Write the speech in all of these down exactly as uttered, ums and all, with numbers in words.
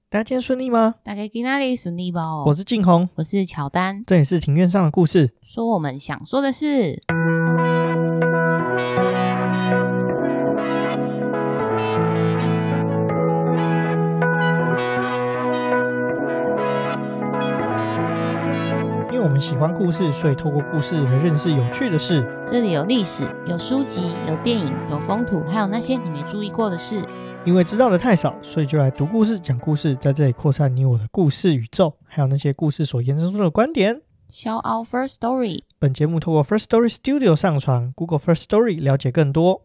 大家今天顺利吗？ 大家今天顺利吧？ 我是静红， 我是乔丹， 这里是庭院上的故事， 说我们想说的事。 因为我们喜欢故事，所以透过故事来认识有趣的事。 这里有历史，有书籍，有电影，有风土，还有那些你没注意过的事。 因为知道的太少，所以就来读故事讲故事，在这里扩散你我的故事宇宙，还有那些故事所延伸出的观点。 Shout out First Story。 本节目透过 First Story Studio 上传 Google First Story， 了解更多。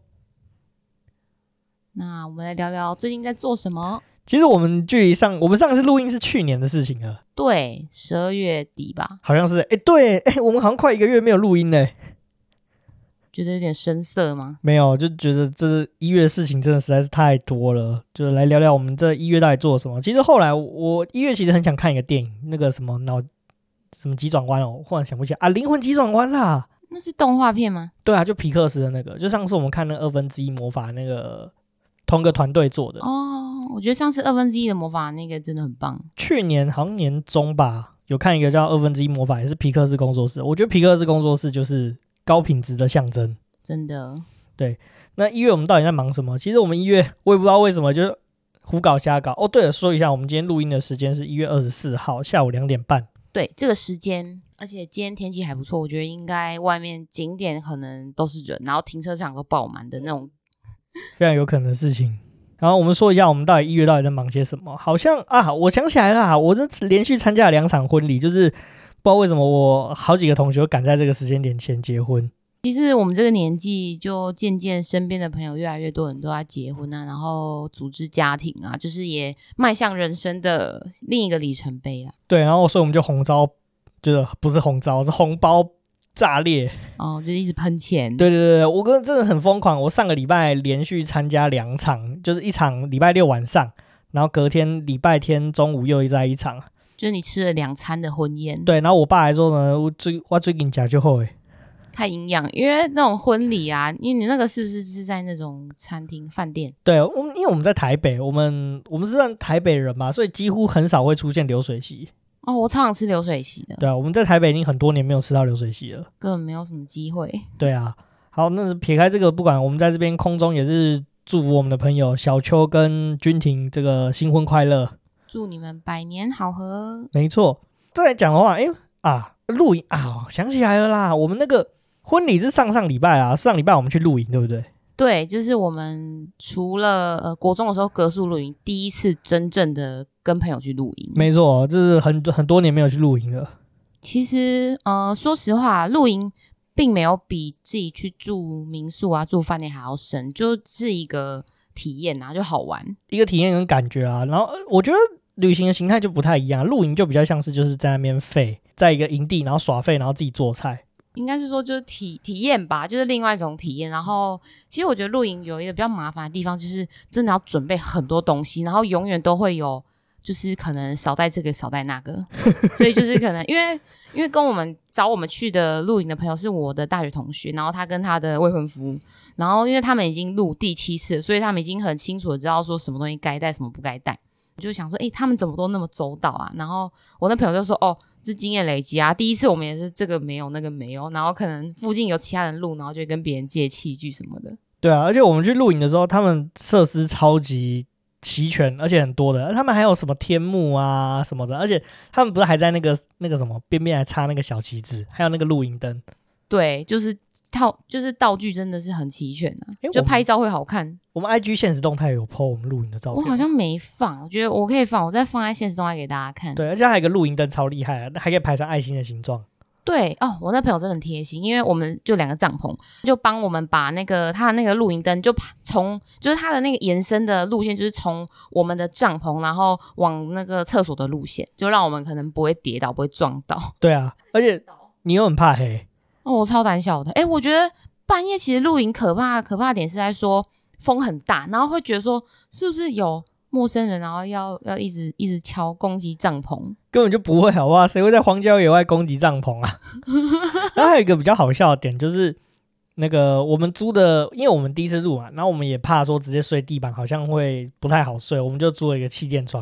那我们来聊聊最近在做什么。 其实我们距离上我们上次录音是去年的事情了， 对，十二月底吧， 好像是。哎，对，哎，我们好像快一个月没有录音了。 觉得有点生涩吗？ 没有，就觉得这一月的事情真的实在是太多了，就是来聊聊我们这一月到底做了什么。其实后来我一月其实很想看一个电影，那个什么脑什么急转弯哦，我忽然想不起来啊，灵魂急转弯啦。 那是动画片吗？ 对啊，就皮克斯的那个，就上次我们看那二分之一魔法那个同个团队做的。 哦，我觉得上次二分之一的魔法那个真的很棒。 去年好像年中吧，有看一个叫二分之一魔法，也是皮克斯工作室。我觉得皮克斯工作室就是高品质的象征， 真的。 对，那一月我们到底在忙什么？其实我们一月我也不知道为什么就是胡搞瞎搞。哦，对了，说一下，我们今天录音的时间是一月二十四号下午两点半。 对，这个时间，而且今天天气还不错，我觉得应该外面景点可能都是人，然后停车场都爆满的那种， 非常有可能的事情。然后我们说一下，我们到底一月到底在忙些什么？好像啊，我想起来了，我这连续参加了两场婚礼，就是不知道为什么我好几个同学赶在这个时间点前结婚。 其实我们这个年纪，就渐渐身边的朋友越来越多人都在结婚啊，然后组织家庭啊，就是也迈向人生的另一个里程碑啦。 对，然后所以我们就红招，就是不是红招，是红包炸裂哦，就是一直喷钱。 对对对，我跟真的很疯狂。我上个礼拜连续参加两场，就是一场礼拜六晚上，然后隔天礼拜天中午又再一场， 就是你吃了两餐的婚宴。 对，然后我爸还说呢，我最我最近吃就好诶。 太营养，因为那种婚礼啊，因为你那个是不是是在那种餐厅饭店？ 对，我们因为我们在台北，我们我们是算台北人嘛，所以几乎很少会出现流水席。 哦，我超想吃流水席的。 对啊，我们在台北已经很多年没有吃到流水席了， 根本没有什么机会。 对啊，好，那撇开这个不管，我们在这边空中也是祝福我们的朋友小邱跟君婷这个新婚快乐， 祝你们百年好合。 没错。再来讲的话，哎啊，露营啊，想起来了啦，我们那个婚礼是上上礼拜啊，上礼拜我们去露营，对不对？ 对，就是我们除了呃国中的时候格宿露营，第一次真正的跟朋友去露营。 没错，就是很很多年没有去露营了。 其实呃，说实话，露营并没有比自己去住民宿啊、住饭店还要省，就是一个体验啊，就好玩， 一个体验跟感觉啊。然后我觉得旅行的形态就不太一样，露营就比较像是就是在那边废，在一个营地，然后耍废，然后自己做菜。 应该是说就是体体验吧，就是另外一种体验。然后其实我觉得露营有一个比较麻烦的地方，就是真的要准备很多东西，然后永远都会有就是可能少带这个少带那个，所以就是可能因为因为跟我们找我们去的露营的朋友是我的大学同学，然后他跟他的未婚夫，然后因为他们已经录第七次了，所以他们已经很清楚的知道说什么东西该带什么不该带。我就想说诶他们怎么都那么周到啊，然后我那朋友就说哦是经验累积啊，第一次我们也是这个没有那个没有，然后可能附近有其他人录，然后就会跟别人借器具什么的。 对啊，而且我们去露营的时候，他们设施超级齐全，而且很多的，他们还有什么天幕啊什么的，而且他们不是还在那个那个什么边边还插那个小旗子，还有那个露营灯。 对，就是套就是道具真的是很齐全啊， 诶就拍照会好看。 我们 I G 限时动态有 po 我们露营的照片， 我好像没放，我觉得我可以放，我再放在限时动态给大家看。 对，而且还有一个露营灯超厉害啊，还可以排成爱心的形状。 对哦，我那朋友真的很贴心，因为我们就两个帐篷，就帮我们把那个他的那个露营灯就从就是他的那个延伸的路线，就是从我们的帐篷，然后往那个厕所的路线，就让我们可能不会跌倒，不会撞到。 对啊，而且你又很怕黑。 哦，我超胆小的。诶，我觉得半夜其实露营可怕可怕的点是在说风很大，然后会觉得说是不是有陌生人，然后要要一直一直敲攻击帐篷， 根本就不会好不好？谁会在荒郊野外攻击帐篷啊？然后还有一个比较好笑的点就是那个我们租的，因为我们第一次录嘛，然后我们也怕说直接睡地板好像会不太好睡，我们就租了一个气垫床。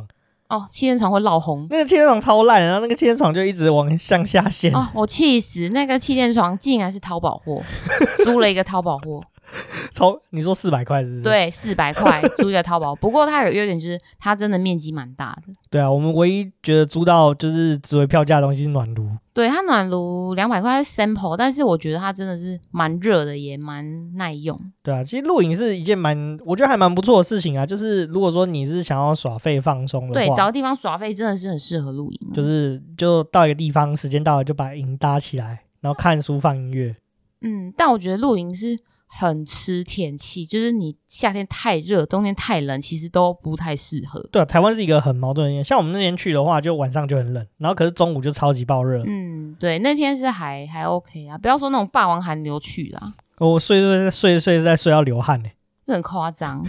哦，气垫床会闹红， 那个气垫床超烂，然后那个气垫床就一直往向下陷。 哦，我气死！那个气垫床竟然是淘宝货，租了一个淘宝货。 超，你说四百块是不是？ 对，四百块租一个淘宝，不过它有优点就是它真的面积蛮大的。 对啊，我们唯一觉得租到就是值回票价的东西是暖炉。 对，它暖炉两百块是 sample， 但是我觉得它真的是蛮热的，也蛮耐用。 对啊，其实露营是一件蛮，我觉得还蛮不错的事情啊。就是如果说你是想要耍废放松的话， 对，找个地方耍废真的是很适合露营、啊。 就是就到一个地方，时间到了就把营搭起来，然后看书放音乐。 嗯，但我觉得露营是很吃天气，就是你夏天太热，冬天太冷，其实都不太适合。 对啊，台湾是一个很矛盾的地方，像我们那天去的话，就晚上就很冷，然后可是中午就超级爆热。 嗯，对，那天是还还 OK 啊，不要说那种霸王寒流去啦， 哦、我睡睡睡睡在睡到流汗呢、欸， 这很夸张。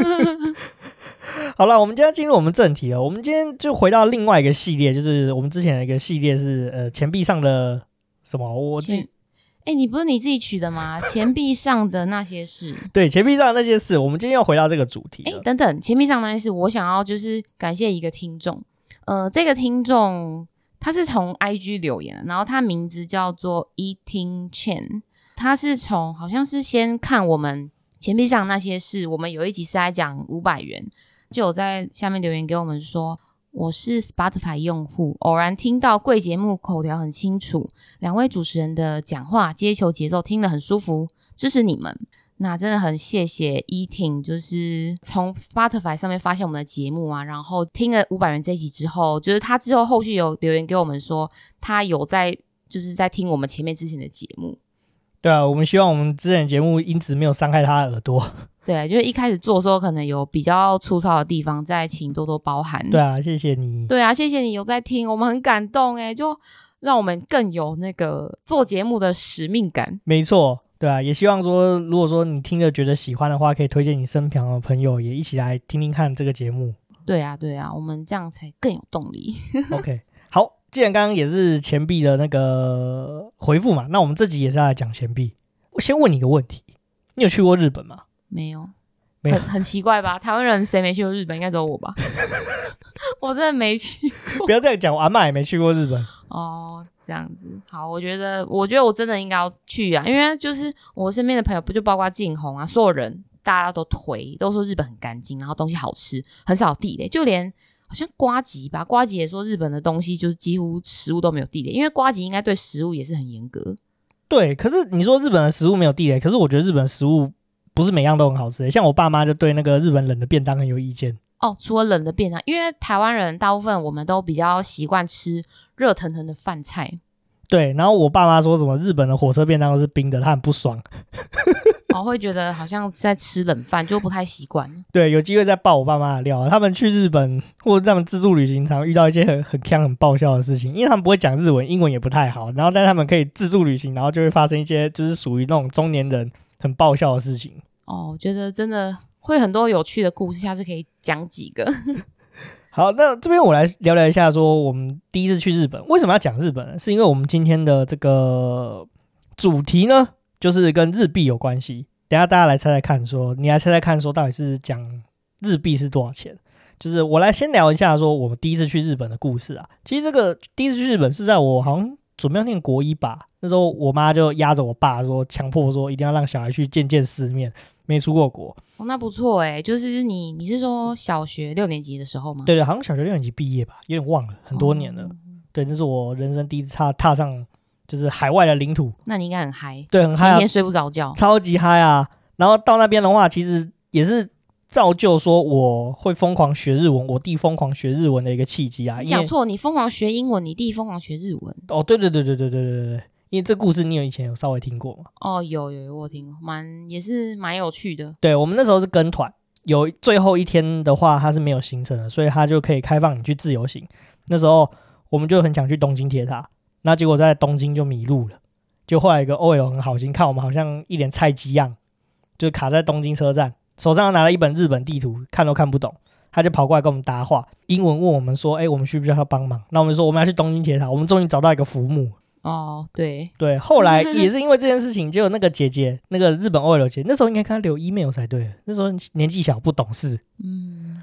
好了，我们今天进入我们正题了。我们今天就回到另外一个系列，就是我们之前的一个系列是呃钱币上的什么？我自己哎、欸，你不是你自己取的吗？钱币上的那些事。 对，钱币上的那些事，我们今天要回到这个主题了。 哎、欸，等等，钱币上的那些事，我想要就是感谢一个听众，呃，这个听众他是从 I G 留言的，然后他名字叫做 Eating Chen， 他是从好像是先看我们钱币上那些事，我们有一集是在讲五百元，就有在下面留言给我们说。我是 Spotify 用户，偶然听到贵节目口条很清楚，两位主持人的讲话接球节奏听得很舒服，支持你们。那真的很谢谢 Eating， 就是从 Spotify 上面发现我们的节目啊，然后听了五百元这一集之后，就是他之后后续有留言给我们说，他有在就是在听我们前面之前的节目。 对啊，我们希望我们之前的节目音质没有伤害他的耳朵。 对，就是一开始做的时候可能有比较粗糙的地方，再请多多包涵。 对啊，谢谢你。 对啊，谢谢你有在听，我们很感动耶，就让我们更有那个做节目的使命感。 没错，对啊，也希望说，如果说你听着觉得喜欢的话，可以推荐你身旁的朋友也一起来听听看这个节目。 对啊，对啊，我们这样才更有动力。 OK， 好，既然刚刚也是钱币的那个回复嘛，那我们这集也是要来讲钱币。我先问你一个问题，你有去过日本吗？ 没有， 没有， 很很奇怪吧？台湾人谁没去过日本？应该只有我吧？我真的没去过。 不要这样讲，我阿嬷也没去过日本。 哦，这样子，好，我觉得，我觉得我真的应该要去啊，因为就是我身边的朋友，不就包括静红啊，所有人大家都推，都说日本很干净，然后东西好吃，很少地雷，就连好像呱吉吧，呱吉也说日本的东西就是几乎食物都没有地雷，因为呱吉应该对食物也是很严格。 对，可是你说日本的食物没有地雷，可是我觉得日本的食物不是每样都很好吃的，像我爸妈就对那个日本冷的便当很有意见。 哦，除了冷的便当，因为台湾人大部分我们都比较习惯吃热腾腾的饭菜。 对，然后我爸妈说什么日本的火车便当都是冰的，他很不爽。 哦，会觉得好像在吃冷饭，就不太习惯。 对，有机会再爆我爸妈的料。他们去日本或者他们自助旅行，常遇到一些很很鏘、很爆笑的事情，因为他们不会讲日文，英文也不太好，然后但他们可以自助旅行，然后就会发生一些就是属于那种中年人很爆笑的事情。 哦，我觉得真的会很多有趣的故事，下次可以讲几个。 好，那这边我来聊聊一下，说我们第一次去日本为什么要讲日本呢？是因为我们今天的这个主题呢，就是跟日币有关系。等一下大家来猜猜看说，说你来猜猜看，说到底是讲日币是多少钱？就是我来先聊一下，说我们第一次去日本的故事啊。其实这个第一次去日本是在我好像准备要念国一吧，那时候我妈就压着我爸说，强迫说一定要让小孩去见见世面，没出过国。 哦，那不错哎，就是你你是说小学六年级的时候吗？ 对对，好像小学六年级毕业吧，有点忘了，很多年了。哦、对，这是我人生第一次踏踏上就是海外的领土。 那你应该很嗨， 对，很嗨、啊， 前一天睡不着觉， 超级嗨啊！然后到那边的话，其实也是造就说我会疯狂学日文，我弟疯狂学日文的一个契机啊。 你讲错，你疯狂学英文，你弟疯狂学日文。 哦，对对对对对对对对，因为这故事你有以前有稍微听过吗？ 哦，有有有，我听过，蛮也是蛮有趣的。 对，我们那时候是跟团，有最后一天的话，它是没有行程的，所以它就可以开放你去自由行。那时候我们就很想去东京铁塔，那结果在东京就迷路了。就后来有个 O L 很好心，看我们好像一脸菜鸡样，就卡在东京车站，手上拿了一本日本地图，看都看不懂，他就跑过来跟我们搭话，英文问我们说：“哎、欸，我们需不需要帮忙？”那我们就说我们要去东京铁塔，我们终于找到一个浮木。 哦，对对，后来也是因为这件事情，结果那个姐姐，那个日本 O L 姐，那时候应该跟她留 email 才对，那时候年纪小不懂事， 嗯，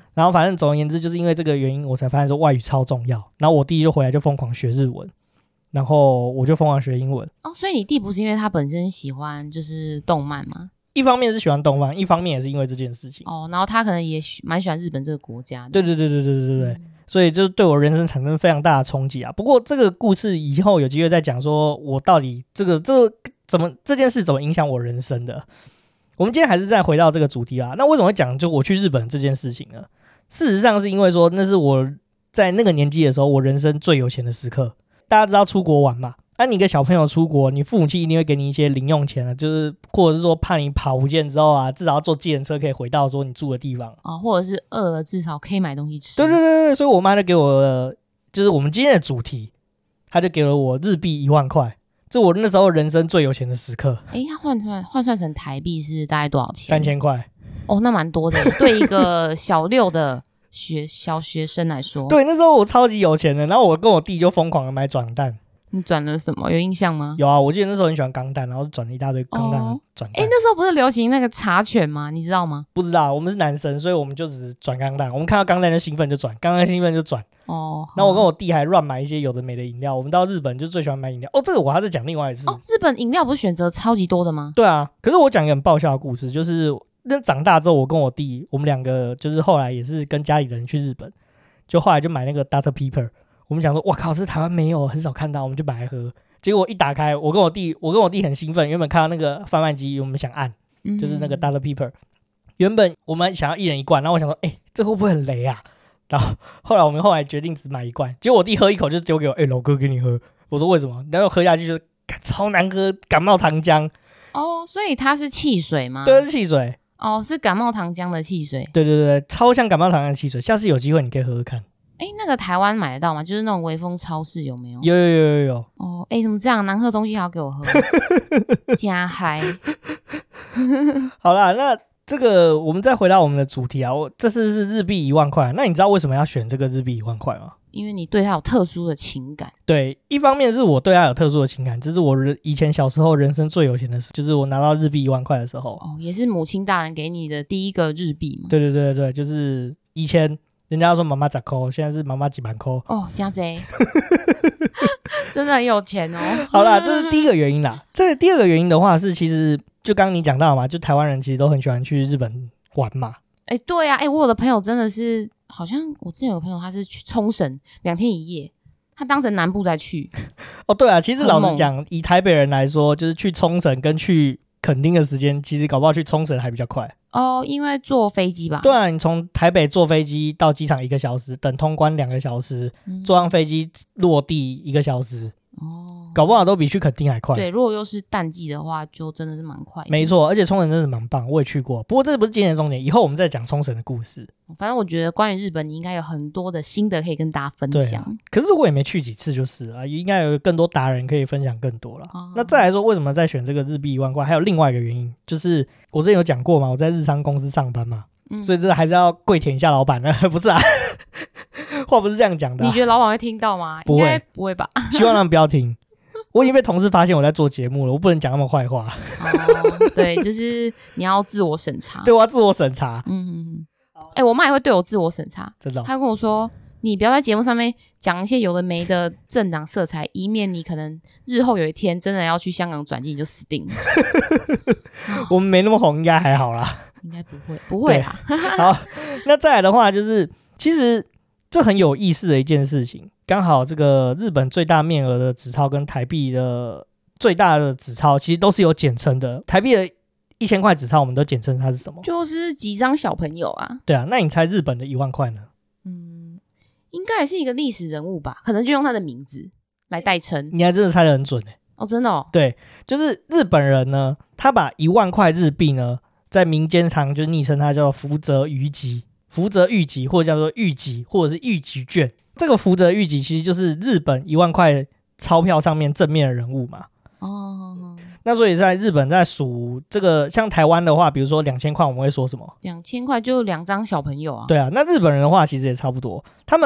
然后反正总而言之，就是因为这个原因，我才发现说外语超重要。然后我弟就回来就疯狂学日文，然后我就疯狂学英文。 哦，所以你弟不是因为他本身喜欢就是动漫吗？ 一方面是喜欢动漫，一方面也是因为这件事情。 哦，然后他可能也蛮喜欢日本这个国家的。 对对对对对对对对。 嗯， 所以就对我人生产生非常大的冲击啊！不过这个故事以后有机会再讲，说我到底这个这个怎么这件事怎么影响我人生的。我们今天还是再回到这个主题啦。那为什么会讲就我去日本这件事情呢？事实上是因为说那是我在那个年纪的时候，我人生最有钱的时刻。大家知道出国玩嘛？那、啊、你一个小朋友出国，你父母亲一定会给你一些零用钱啊，就是或者是说怕你跑不见之后啊，至少要坐计程车可以回到说你住的地方哦，或者是饿了至少可以买东西吃。 对对对对，所以我妈就给我了，就是我们今天的主题，她就给了我日币一万块，这我那时候人生最有钱的时刻。 哎，它换算换算成台币是大概多少钱？ 三千块。 哦，那蛮多的，对一个小六的学小学生来说。 对，那时候我超级有钱的，然后我跟我弟就疯狂的买转蛋。 你转了什么？有印象吗？ 有啊，我记得那时候很喜欢钢弹，然后转了一大堆钢弹哦转蛋。 哎，那时候不是流行那个茶犬吗？你知道吗？ 不知道，我们是男生，所以我们就只转钢弹。我们看到钢弹就兴奋就转，钢弹兴奋就转。 哦， 然后我跟我弟还乱买一些有的没的饮料。我们到日本就最喜欢买饮料。哦，这个我还在讲另外一事。 哦，日本饮料不是选择超级多的吗？ 对啊，可是我讲一个很爆笑的故事，就是那长大之后，我跟我弟，我们两个就是后来也是跟家里人去日本，就后来就买那个 doctor Pepper。我们想说，哇靠，这台湾没有，很少看到，我们就买来喝。结果一打开，我跟我弟，我跟我弟很兴奋，原本看到那个贩卖机，我们想按， 嗯， 就是那个 doctor Pepper。原本我们想要一人一罐，然后我想说，哎、欸，这会不会很雷啊？然后后来我们后来决定只买一罐，结果我弟喝一口就丢给我，哎、欸，老哥给你喝。我说为什么？然后喝下去就超难喝，感冒糖浆。 哦，所以它是汽水吗？ 对，是汽水。 哦，是感冒糖浆的汽水。 对对对，超像感冒糖浆的汽水。下次有机会你可以喝喝看。 哎，那个台湾买得到吗？就是那种微风超市有没有？ 有有有有有。 哦，哎，怎么这样？难喝的东西还要给我喝，加嗨。 好啦，那这个我们再回到我们的主题啊，我这次是日币一万块。那你知道为什么要选这个日币一万块吗？ 因为你对它有特殊的情感。 对，一方面是我对它有特殊的情感，这是我以前小时候人生最有钱的事，就是我拿到日币一万块的时候。 哦，也是母亲大人给你的第一个日币嘛。 对对对对，就是以前人家说妈妈十块，现在是妈妈几万块。 哦，加贼，真的很有钱哦。 好啦，这是第一个原因啦。这个第二个原因的话是，其实就刚刚你讲到嘛，就台湾人其实都很喜欢去日本玩嘛。 哎，对啊，哎，我有的朋友真的是，好像我之前有个朋友他是去冲绳两天一夜，他当成南部再去。 哦，对啊，其实老实讲，以台北人来说，就是去冲绳跟去垦丁的时间，其实搞不好去冲绳还比较快。 哦，因为坐飞机吧。 对啊，你从台北坐飞机到机场一个小时，等通关两个小时，嗯、坐上飞机落地一个小时。哦，搞不好都比去垦丁还快。 对，如果又是淡季的话，就真的是蛮快的。 没错，而且冲绳真的是蛮棒，我也去过。不过这不是今天的重点，以后我们再讲冲绳的故事。 反正我觉得关于日本，你应该有很多的心得可以跟大家分享。 对啊，可是我也没去几次就是啊，应该有更多达人可以分享更多了。哦、那再来说，为什么再选这个日币一万块？还有另外一个原因，就是我之前有讲过嘛，我在日商公司上班嘛，嗯、所以这还是要跪舔一下老板的，不是啊？话不是这样讲的、啊。 你觉得老板会听到吗？ 不会， 应该不会吧？ 希望他们不要听。我已经被同事发现我在做节目了，我不能讲他们坏话。 哦，对，就是你要自我审查。 对，我要自我审查。 嗯嗯嗯。哎、欸，我妈也会对我自我审查， 真的、哦。 她跟我说，你不要在节目上面讲一些有的没的政党色彩，以免你可能日后有一天真的要去香港转机，你就死定了。 我们没那么红，应该还好啦。 应该不会，不会啦。 好，那再来的话，就是其实这很有意思的一件事情。刚好这个日本最大面额的纸钞跟台币的最大的纸钞其实都是有简称的，台币的一千块纸钞我们都简称它是什么？ 就是几张小朋友啊。 对啊，那你猜日本的一万块呢？ 嗯，应该也是一个历史人物吧，可能就用他的名字来代称。 你还真的猜得很准欸。 哦，真的哦。 对，就是日本人呢，他把一万块日币呢，在民间常就昵称它叫福泽谕吉，福泽谕吉或者叫做谕吉，或者是谕吉券。这个福泽谕吉其实就是日本一万块钞票上面正面的人物嘛。哦，那所以在日本在数这个，像台湾的话，比如说两千块，我们会说什么？ 两千块就两张小朋友啊。 对啊，那日本人的话其实也差不多，他们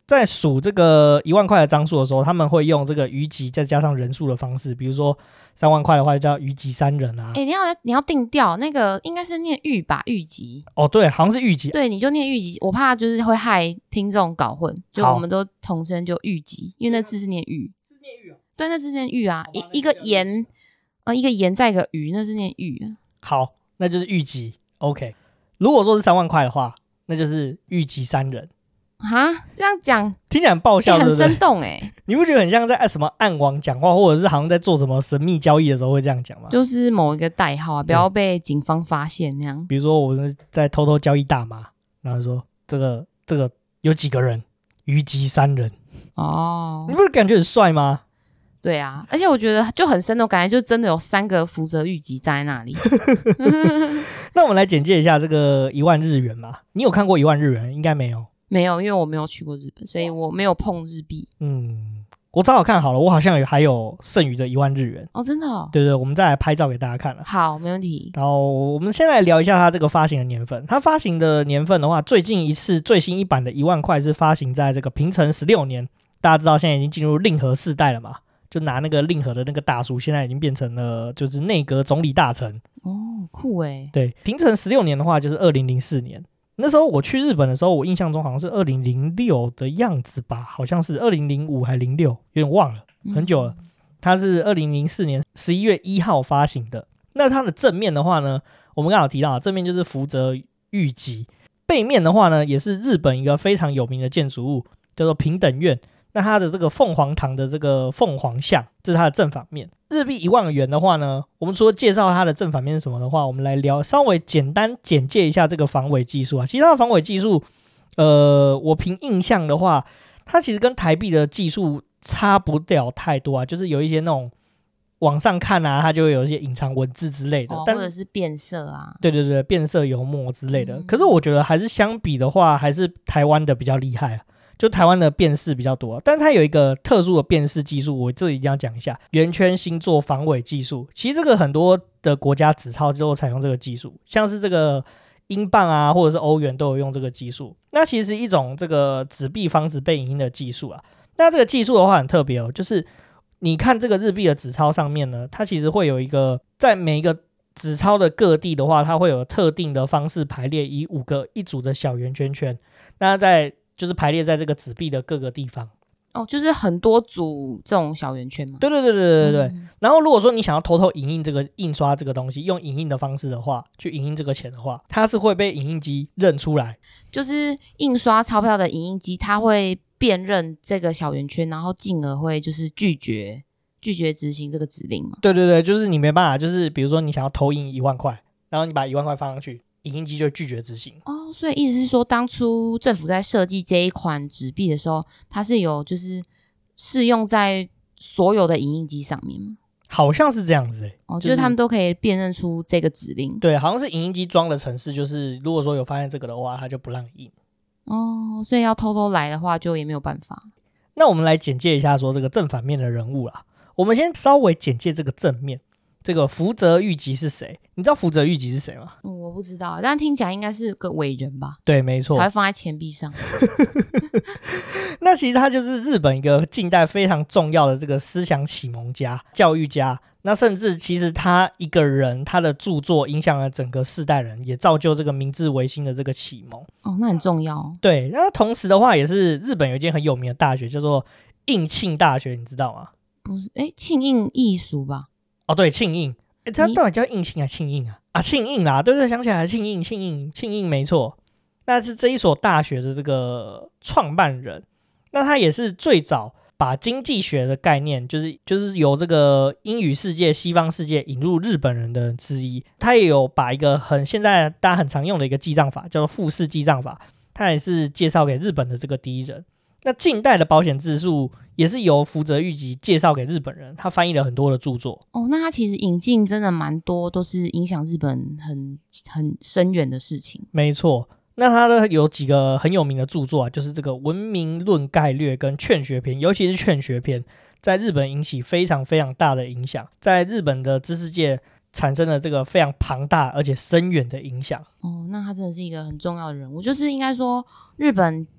在数这个一万块的张数的时候，他们会用这个余级再加上人数的方式，比如说三万块的话就叫余级三人啊。 哎、欸，你要你要定调，那个应该是念预吧，预级。 哦，对，好像是预级。 对，你就念预级，我怕就是会害听众搞混，就我们都统称就预级，因为那字是念预。 是念预哦。 对，那字是念预啊，一一个言，呃，一个言再一个鱼，那是念预。 好，那就是预级。OK， 如果说是三万块的话，那就是预级三人。 哈，这样讲听起来很爆笑， 欸、 对不对？ 很生动哎、欸， 你不觉得很像在什么暗网讲话，或者是好像在做什么神秘交易的时候会这样讲吗？ 就是某一个代号啊，不要被警方发现那样。 比如说我们在偷偷交易大麻，然后说这个这个有几个人，余级三人。哦，你不是感觉很帅吗？ 对啊，而且我觉得就很生动，感觉就真的有三个福泽谕吉站在那里。 那我们来简介一下这个一万日元嘛。你有看过一万日元？应该没有。 没有，因为我没有去过日本，所以我没有碰日币。 嗯，我找找看好了，我好像有还有剩余的一万日元。 哦，真的哦？ 对对，我们再来拍照给大家看了。 好，没问题。 然后我们先来聊一下它这个发行的年份。它发行的年份的话，最近一次最新一版的一万块是发行在这个平成十六年。大家知道现在已经进入令和世代了嘛？就拿那个令和的那个大叔，现在已经变成了就是内阁总理大臣。 哦，酷耶。 对，平成十六年的话就是二零零四年。那时候我去日本的时候，我印象中好像是二零零六的样子吧，好像是二零零五还零六，有点忘了，很久了。它是二零零四年十一月一号发行的。那它的正面的话呢，我们刚好提到，正面就是福泽谕吉，背面的话呢，也是日本一个非常有名的建筑物，叫做平等院。那它的这个凤凰堂的这个凤凰像，这是它的正反面。日币一万元的话呢，我们除了介绍它的正反面是什么的话，我们来聊稍微简单简介一下这个防伪技术啊。其实它的防伪技术，呃，我凭印象的话，它其实跟台币的技术差不了太多啊，就是有一些那种往上看啊，它就会有一些隐藏文字之类的， 哦、 但是或者是变色啊， 对对对，变色油墨之类的。嗯、可是我觉得还是相比的话，还是台湾的比较厉害啊。就台湾的辨识比较多，但是它有一个特殊的辨识技术，我这里一定要讲一下，圆圈星座防伪技术。其实这个很多的国家纸钞都采用这个技术，像是这个英镑啊，或者是欧元都有用这个技术。那其实是一种这个纸币防止被影印的技术啊。那这个技术的话很特别哦，就是你看这个日币的纸钞上面呢，它其实会有一个在每一个纸钞的各地的话，它会有特定的方式排列，以五个一组的小圆圈圈。那在就是排列在这个纸币的各个地方。 哦，就是很多组这种小圆圈嘛。 对对对对对对、嗯、然后如果说你想要偷偷影印这个印刷这个东西，用影印的方式的话，去影印这个钱的话，它是会被影印机认出来。 就是印刷钞票的影印机，它会辨认这个小圆圈，然后进而会就是拒绝拒绝执行这个指令嘛。 对对对，就是你没办法，就是比如说你想要偷印一万块，然后你把一万块放上去，影印机就拒绝执行。 哦，所以意思是说，当初政府在设计这一款纸币的时候，它是有就是适用在所有的影印机上面吗？ 好像是这样子、欸、 哦， 就是、 就是他们都可以辨认出这个指令。 对，好像是影印机装的程式，就是如果说有发现这个的话，它就不让印。 哦，所以要偷偷来的话，就也没有办法。 那我们来简介一下说这个正反面的人物啦。我们先稍微简介这个正面。这个福泽谕吉是谁？你知道福泽谕吉是谁吗、 嗯？我不知道，但听起来应该是个伟人吧？ 对，没错， 才会放在钱币上。 那其实他就是日本一个近代非常重要的这个思想启蒙家、教育家。那甚至其实他一个人，他的著作影响了整个世代人，也造就这个明治维新的这个启蒙。 哦，那很重要。 对，那同时的话，也是日本有一间很有名的大学，叫做应庆大学，你知道吗？ 不是，哎，庆应艺术吧？ 哦，对，庆应，诶，它到底叫应庆还是庆应啊？啊，庆应啦，对对，想起来了，庆应，庆应，庆应，没错。那是这一所大学的这个创办人，那他也是最早把经济学的概念，就是就是由这个英语世界、西方世界引入日本人的之一。他也有把一个很现在大家很常用的一个记账法，叫做复式记账法，他也是介绍给日本的这个第一人。那近代的保险制度也是由福泽谕吉介绍给日本人，他翻译了很多的著作。 哦，那他其实引进真的蛮多，都是影响日本很很深远的事情。 没错，那他的有几个很有名的著作啊，就是这个《文明论概略》跟《劝学篇》，尤其是《劝学篇》在日本引起非常非常大的影响，在日本的知识界产生了这个非常庞大而且深远的影响。 哦，那他真的是一个很重要的人物，就是应该说日本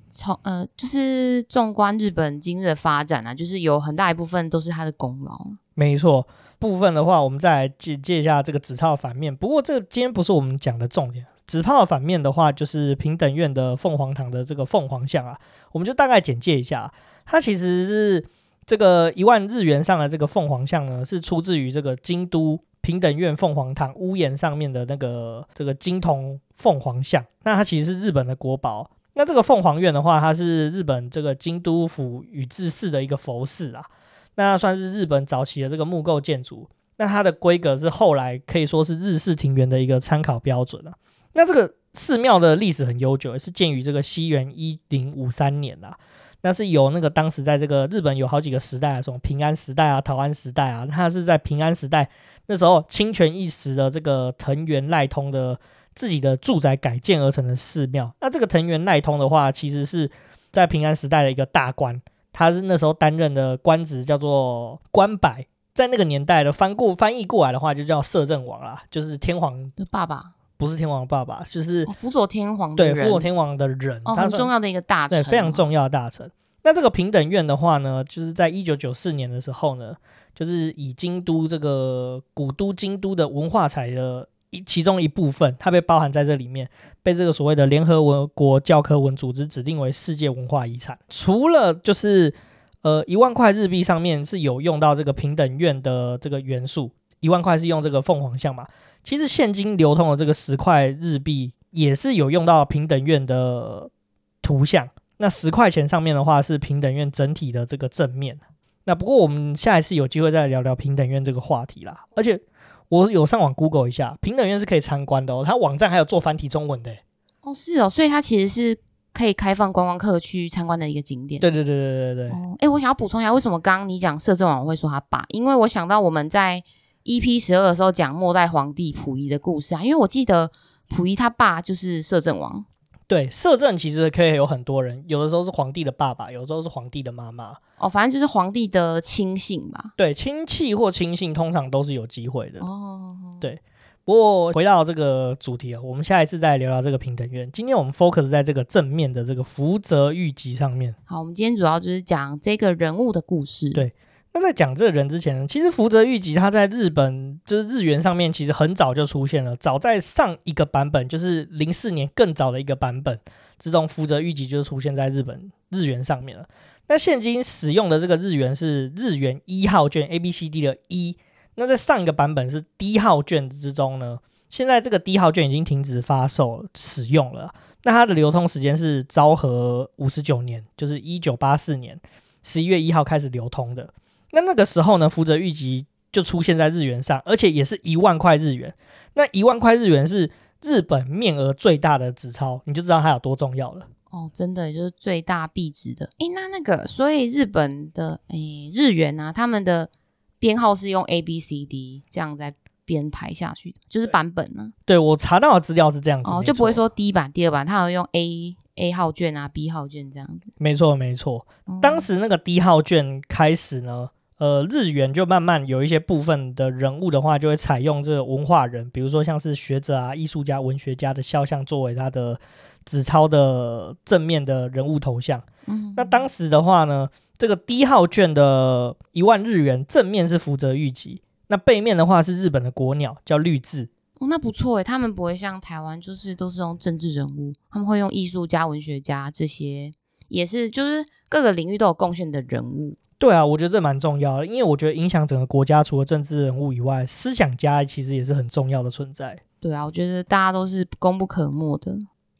从呃，就是纵观日本今日的发展啊，就是有很大一部分都是他的功劳。 没错，部分的话，我们再来借借一下这个纸钞的反面。不过这今天不是我们讲的重点。纸钞的反面的话，就是平等院的凤凰堂的这个凤凰像啊，我们就大概简介一下。它其实是这个一万日元上的这个凤凰像呢，是出自于这个京都平等院凤凰堂屋檐上面的那个这个金铜凤凰像。那它其实是日本的国宝。那这个凤凰院的话，它是日本这个京都府宇治市的一个佛寺啊，那算是日本早期的这个木构建筑。那它的规格是后来可以说是日式庭园的一个参考标准啊。那这个寺庙的历史很悠久，是建于这个西元一零五三年啊。那是有那个当时在这个日本有好几个时代啊，什么平安时代啊、桃安时代啊，它是在平安时代那时候清泉一时的这个藤原赖通的自己的住宅改建而成的寺庙。那这个藤原赖通的话，其实是在平安时代的一个大官，他是那时候担任的官职叫做官百，在那个年代的翻过翻译过来的话，就叫摄政王啦，就是天皇的爸爸， 不是天皇的爸爸，就是哦、辅佐天皇的人， 对，辅佐天皇的人， 哦， 他很重要的一个大臣， 对，非常重要的大臣。那这个平等院的话呢，就是在一九九四年的时候呢，就是以京都这个古都京都的文化财的一其中一部分，它被包含在这里面，被这个所谓的联合国教科文组织指定为世界文化遗产。除了就是呃一万块日币上面是有用到这个平等院的这个元素，一万块是用这个凤凰像嘛，其实现今流通的这个十块日币也是有用到平等院的图像。那十块钱上面的话是平等院整体的这个正面。那不过我们下一次有机会再聊聊平等院这个话题啦。而且我有上网 Google 一下，平等院是可以参观的哦，它网站还有做繁体中文的。 哦，是哦，所以它其实是可以开放观光客去参观的一个景点。 对对对对对对。 哦，哎，我想要补充一下，为什么刚刚你讲摄政王我会说他爸？因为我想到我们在 E P 十二 的时候讲末代皇帝溥仪的故事啊，因为我记得溥仪他爸就是摄政王。 对，摄政其实可以有很多人，有的时候是皇帝的爸爸，有的时候是皇帝的妈妈。 哦，反正就是皇帝的亲信吧。 对，亲戚或亲信通常都是有机会的。 哦， 对。不过回到这个主题啊，我们下一次再聊聊这个平等院。今天我们 focus 在这个正面的这个福泽谕吉上面。 好，我们今天主要就是讲这个人物的故事。 对。那在讲这个人之前呢，其实福泽谕吉他在日本就是日元上面其实很早就出现了，早在上一个版本就是零四年更早的一个版本之中，福泽谕吉就出现在日本日元上面了。那现今使用的这个日元是日元一号卷 A B C D 的一，那在上一个版本是 D 号卷之中呢，现在这个 D 号卷已经停止发售使用了。那它的流通时间是昭和五十九年，就是一九八四年十一月一号开始流通的。那那个时候呢，福泽谕吉就出现在日元上，而且也是一万块日元。那一万块日元是日本面额最大的纸钞，你就知道它有多重要了。 哦，真的就是最大币值的。诶，那那个，所以日本的诶日元啊，他们的编号是用 A B C D 这样在编排下去的，就是版本呢。 对，我查到的资料是这样子， 哦，就不会说第一版、第二版，它有用 A A 号卷啊、B 号卷这样子。 没错，没错。哦、当时那个 D 号卷开始呢。呃，日元就慢慢有一些部分的人物的话，就会采用这个文化人，比如说像是学者啊、艺术家、文学家的肖像作为他的纸钞的正面的人物头像。嗯，那当时的话呢，这个 D 号卷的一万日元正面是福泽谕吉，那背面的话是日本的国鸟，叫绿雉。 哦，那不错诶，他们不会像台湾，就是都是用政治人物，他们会用艺术家、文学家这些，也是就是各个领域都有贡献的人物。 对啊，我觉得这蛮重要的，因为我觉得影响整个国家，除了政治人物以外，思想家其实也是很重要的存在。 对啊，我觉得大家都是功不可没的。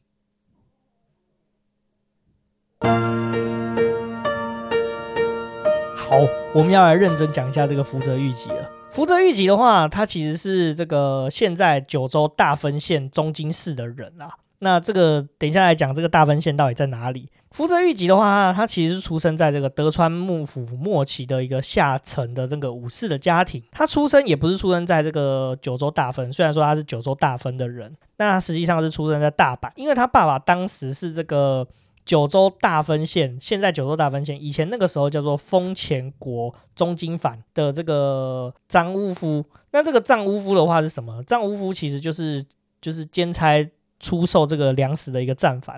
好，我们要来认真讲一下这个福泽谕吉了。福泽谕吉的话，他其实是这个现在九州大分县中津市的人啦。那这个等一下来讲这个大分县到底在哪里。福泽谕吉的话，他其实是出生在这个德川幕府末期的一个下层的这个武士的家庭。他出生也不是出生在这个九州大分，虽然说他是九州大分的人，那他实际上是出生在大阪，因为他爸爸当时是这个九州大分县，现在九州大分县以前那个时候叫做丰前国中津藩的这个藏屋夫。那这个藏屋夫的话是什么？藏屋夫其实就是就是兼差出售这个粮食的一个战犯。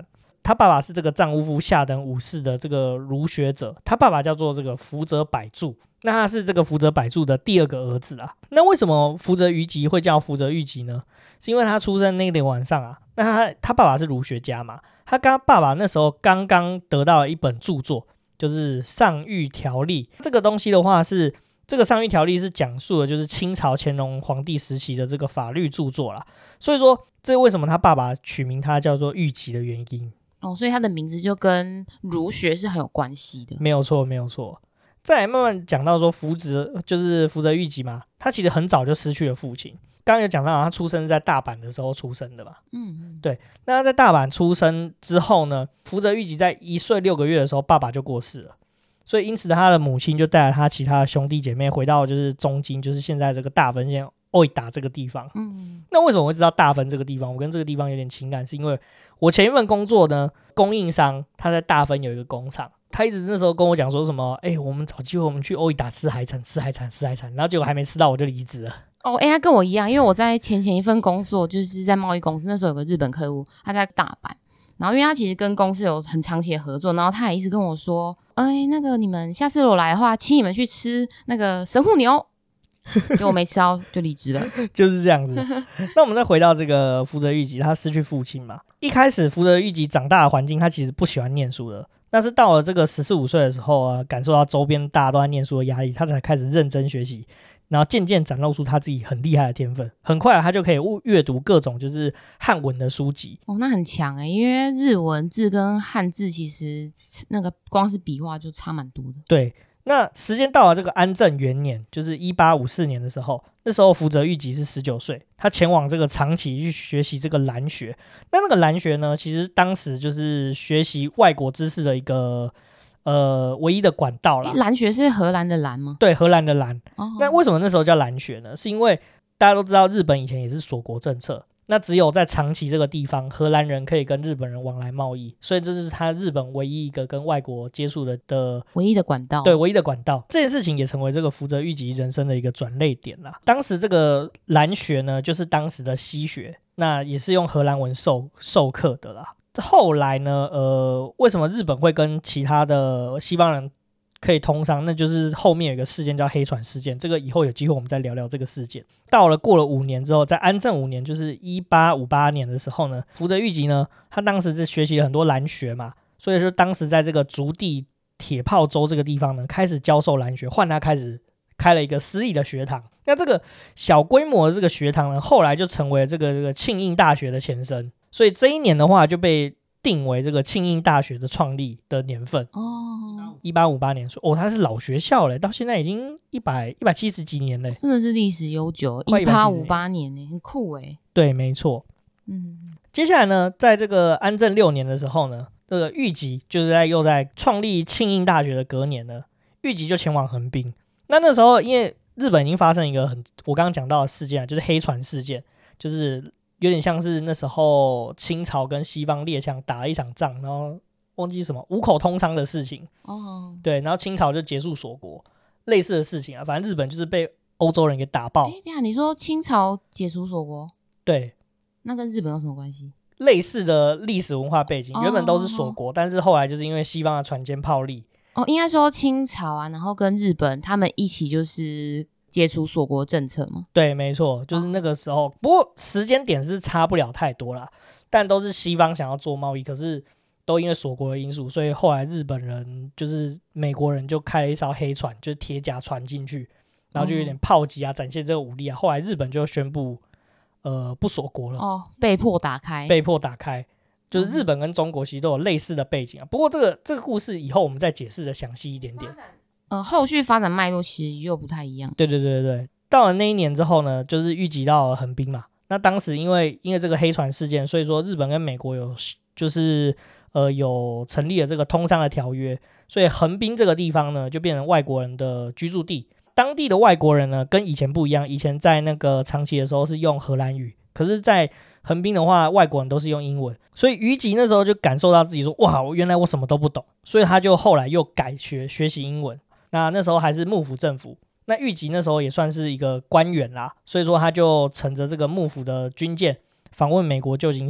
他爸爸是这个藏乌夫下等武士的这个儒学者，他爸爸叫做这个福泽百助，那他是这个福泽百助的第二个儿子啊。那为什么福泽谕吉会叫福泽谕吉呢？是因为他出生那天晚上啊，那他他爸爸是儒学家嘛，他跟他爸爸那时候刚刚得到了一本著作，就是《上谕条例》。这个东西的话是这个《上谕条例》是讲述的就是清朝乾隆皇帝时期的这个法律著作啦，所以说这为什么他爸爸取名他叫做谕吉的原因。 哦，所以他的名字就跟儒学是很有关系的。 没有错，没有错。再来慢慢讲到说福泽，就是福泽谕吉嘛，他其实很早就失去了父亲。刚刚有讲到他出生在大阪的时候出生的嘛，嗯，对。那他在大阪出生之后呢，福泽谕吉在一岁六个月的时候，爸爸就过世了，所以因此他的母亲就带着他其他的兄弟姐妹回到就是中京，就是现在这个大分县欧伊达这个地方。嗯，那为什么我会知道大分这个地方？我跟这个地方有点情感，是因为我前一份工作呢，供应商他在大分有一个工厂。他一直那时候跟我讲说什么，哎、欸，我们找机会我们去欧伊达吃海产，吃海产，吃海产，然后结果还没吃到我就离职了。 哦，哎、欸，他跟我一样，因为我在前前一份工作就是在贸易公司，那时候有个日本客户，他在大阪，然后因为他其实跟公司有很长期的合作，然后他也一直跟我说，哎、欸，那个你们下次如果来的话，请你们去吃那个神户牛。就我没吃到就离职了就是这样子。那我们再回到这个福泽谕吉，他失去父亲嘛，一开始福泽谕吉长大的环境他其实不喜欢念书的，但是到了这个十四五岁的时候啊，感受到周边大家都在念书的压力，他才开始认真学习，然后渐渐展露出他自己很厉害的天分。很快、啊、他就可以阅读各种就是汉文的书籍。 哦，那很强哎、欸，因为日文字跟汉字其实那个光是笔画就差蛮多的。 对。那时间到了这个安政元年，就是一八五四年的时候，那时候福泽谕吉是十九岁，他前往这个长崎去学习这个兰学。那那个兰学呢，其实当时就是学习外国知识的一个呃唯一的管道啦。 兰学是荷兰的兰吗？ 对，荷兰的兰。哦、那为什么那时候叫兰学呢？是因为大家都知道日本以前也是锁国政策。那只有在长崎这个地方，荷兰人可以跟日本人往来贸易，所以这是他日本唯一一个跟外国接触 的, 的唯一的管道。 对，唯一的管道。这件事情也成为这个福泽谕吉人生的一个转捩点啦。当时这个兰学呢，就是当时的西学，那也是用荷兰文 授, 授课的啦。后来呢，呃，为什么日本会跟其他的西方人可以通商，那就是后面有一个事件叫黑船事件，这个以后有机会我们再聊聊这个事件。到了过了五年之后，在安政五年，就是一八五八年的时候呢，福泽谕吉呢，他当时是学习了很多兰学嘛，所以说当时在这个竹地铁炮州这个地方呢，开始教授兰学，换他开始开了一个私立的学堂。那这个小规模的这个学堂呢，后来就成为这个这个庆应大学的前身，所以这一年的话就被定为这个庆应大学的创立的年份哦，一八五八年。哦，它是老学校了，到现在已经一百一百七十几年了， 真的是历史悠久。一八五八年呢，很酷哎。 对，没错。嗯，接下来呢，在这个安政六年的时候呢，这个谕吉就是在又在创立庆应大学的隔年呢，谕吉就前往横滨。那那时候因为日本已经发生一个很我刚刚讲到的事件，就是黑船事件，就是有点像是那时候清朝跟西方列强打了一场仗，然后忘记什么五口通商的事情哦，对，然后清朝就结束锁国，类似的事情啊，反正日本就是被欧洲人给打爆。 哎，对啊，你说清朝解除锁国， 对， 那跟日本有什么关系？ 类似的历史文化背景，原本都是锁国，哦、但是后来就是因为西方的船坚炮利。 哦，应该说清朝啊，然后跟日本他们一起就是解除锁国政策吗？ 对，没错，就是那个时候。不过时间点是差不了太多啦，但都是西方想要做贸易，可是都因为锁国的因素，所以后来日本人就是美国人就开了一艘黑船，就是铁甲船进去，然后就有点炮击啊，展现这个武力啊。后来日本就宣布呃不锁国了， 哦，被迫打开， 被迫打开。就是日本跟中国其实都有类似的背景啊，不过这个这个故事以后我们再解释的详细一点点。 呃，后续发展脉络其实又不太一样。 对对对对，到了那一年之后呢，就是预计到了横滨嘛。那当时因为因为这个黑船事件，所以说日本跟美国有就是呃有成立了这个通商的条约，所以横滨这个地方呢就变成外国人的居住地。当地的外国人呢跟以前不一样，以前在那个长崎的时候是用荷兰语，可是在横滨的话外国人都是用英文，所以虞吉那时候就感受到自己说哇，原来我什么都不懂，所以他就后来又改学学习英文。那那时候还是幕府政府，那虞吉那时候也算是一个官员啦，所以说他就乘着这个幕府的军舰访问美国旧金山。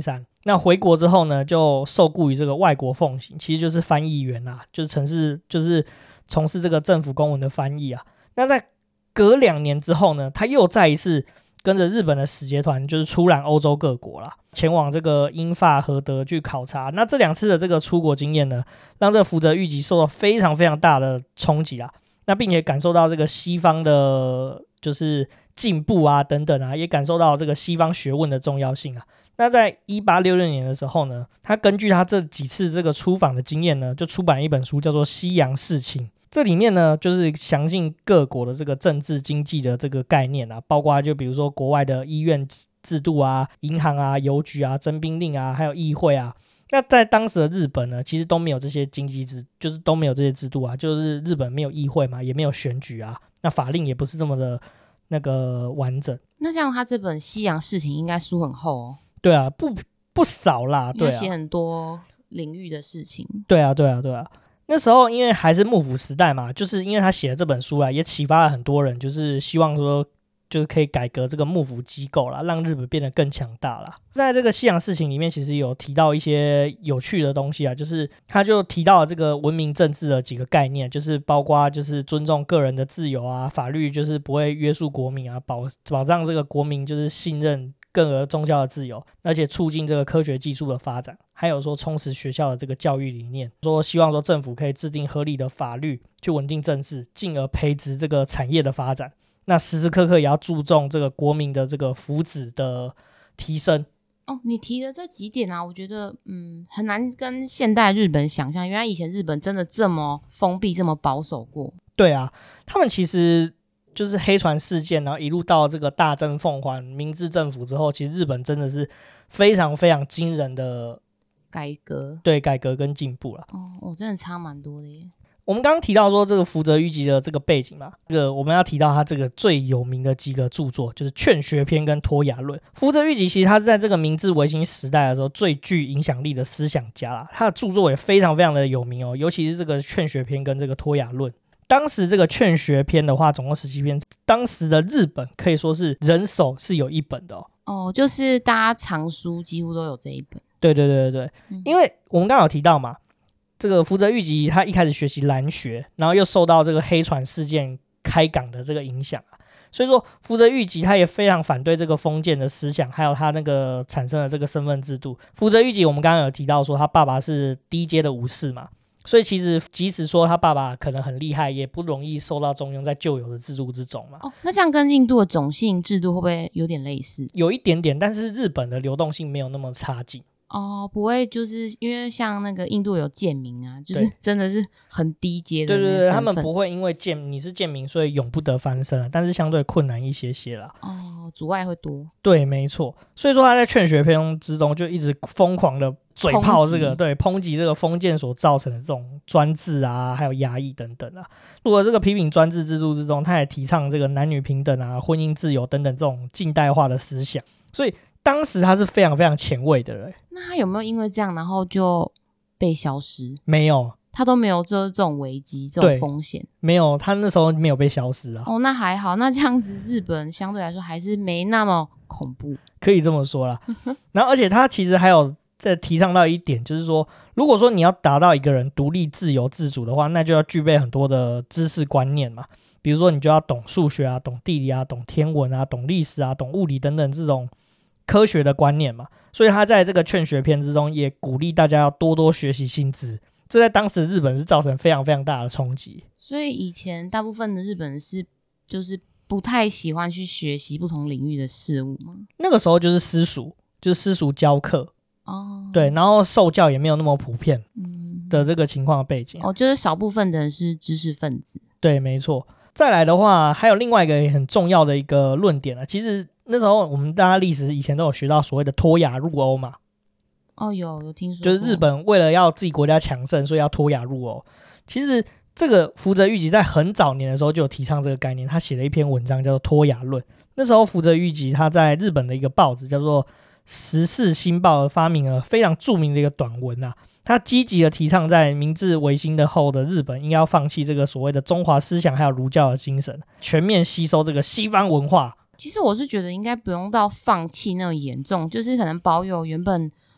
那回国之后呢，就受雇于这个外国奉行，其实就是翻译员啦，就是城市就是从事这个政府公文的翻译啊。那在隔两年之后呢，他又再一次跟着日本的使节团，就是出览欧洲各国啦，前往这个英法荷德去考察。那这两次的这个出国经验呢，让这个福泽谕吉受到非常非常大的冲击啦。那并且感受到这个西方的，就是进步啊等等啊，也感受到这个西方学问的重要性啊。那在一八六六年的时候呢，他根据他这几次这个出访的经验呢，就出版一本书叫做《西洋事情》。这里面呢，就是详尽各国的这个政治经济的这个概念啊，包括就比如说国外的医院制度啊、银行啊、邮局啊、征兵令啊，还有议会啊。那在当时的日本呢，其实都没有这些经济制，就是都没有这些制度啊，就是日本没有议会嘛，也没有选举啊，那法令也不是这么的那个完整。 那这样他这本《西洋事情》应该书很厚哦。 对啊，不不少啦，对啊， 写很多领域的事情。 对啊，对啊，对啊。那时候因为还是幕府时代嘛，就是因为他写了这本书啦，也启发了很多人，就是希望说就是可以改革这个幕府机构啦，让日本变得更强大啦。在这个西洋事情里面，其实有提到一些有趣的东西啊，就是他就提到了这个文明政治的几个概念，就是包括就是尊重个人的自由啊，法律就是不会约束国民啊，保保障这个国民就是信任更而宗教的自由，而且促进这个科学技术的发展，还有说充实学校的这个教育理念，说希望说政府可以制定合理的法律去稳定政治，进而培植这个产业的发展。那时时刻刻也要注重这个国民的这个福祉的提升。 哦，你提的这几点啊，我觉得嗯很难跟现代日本想象，原来以前日本真的这么封闭、这么保守过。 对啊，他们其实就是黑船事件，然后一路到这个大政奉还、明治政府之后，其实日本真的是非常非常惊人的改革， 对改革跟进步啦。 哦，我真的差蛮多的耶。 我们刚刚提到说这个福泽谕吉的这个背景嘛，这个我们要提到他这个最有名的几个著作，就是《劝学篇》跟《脱雅论》。福泽谕吉其实他是在这个明治维新时代的时候最具影响力的思想家啦，他的著作也非常非常的有名哦，尤其是这个《劝学篇》跟这个《脱雅论》。当时这个《劝学篇》的话，总共十七篇，当时的日本可以说是人手是有一本的哦。 哦，就是大家藏书几乎都有这一本。 对对对对对，嗯、因为我们刚刚有提到嘛。这个福泽谕吉他一开始学习兰学，然后又受到这个黑船事件开港的这个影响啊，所以说福泽谕吉他也非常反对这个封建的思想，还有他那个产生的这个身份制度。福泽谕吉我们刚刚有提到说他爸爸是低阶的武士嘛，所以其实即使说他爸爸可能很厉害，也不容易受到重用在旧有的制度之中嘛。 哦，那这样跟印度的种姓制度会不会有点类似？ 有一点点，但是日本的流动性没有那么差劲。 哦，不会，就是因为像那个印度有贱民啊，就是真的是很低阶的。 对对对，他们不会因为贱你是贱民，所以永不得翻身啊，但是相对困难一些些啦。 哦，阻碍会多。 对，没错。所以说他在劝学篇之中就一直疯狂的嘴炮这个，对，抨击这个封建所造成的这种专制啊，还有压抑等等啊。除了这个批评专制制度之中，他也提倡这个男女平等啊、婚姻自由等等这种近代化的思想，所以。当时他是非常非常前卫的人。 那他有没有因为这样然后就被消失？ 没有， 他都没有这这种危机这种风险。 没有，他那时候没有被消失啊。 哦，那还好，那这样子日本相对来说还是没那么恐怖， 可以这么说啦。然后而且他其实还有在提倡到一点，就是说如果说你要达到一个人独立自由自主的话，那就要具备很多的知识观念嘛，比如说你就要懂数学啊，懂地理啊，懂天文啊，懂历史啊，懂物理等等这种科学的观念嘛，所以他在这个劝学篇之中也鼓励大家要多多学习新知，这在当时日本是造成非常非常大的冲击。 所以以前大部分的日本人是就是不太喜欢去学习不同领域的事物吗？ 那个时候就是私塾，就是私塾教课哦，对，然后受教也没有那么普遍的这个情况的背景、 嗯、哦，就是少部分的人是知识分子。 对，没错。再来的话，还有另外一个很重要的一个论点啊，其实那时候我们大家历史以前都有学到所谓的脱亚入欧嘛。 哦，有有听说过， 就是日本为了要自己国家强盛，所以要脱亚入欧。其实这个福泽谕吉在很早年的时候就有提倡这个概念，他写了一篇文章叫做《脱亚论》。那时候福泽谕吉他在日本的一个报纸叫做《时事新报》发明了非常著名的一个短文啊。他积极的提倡在明治维新的后的日本应该要放弃这个所谓的中华思想还有儒教的精神，全面吸收这个西方文化。 其实我是觉得应该不用到放弃那种严重，就是可能保有原本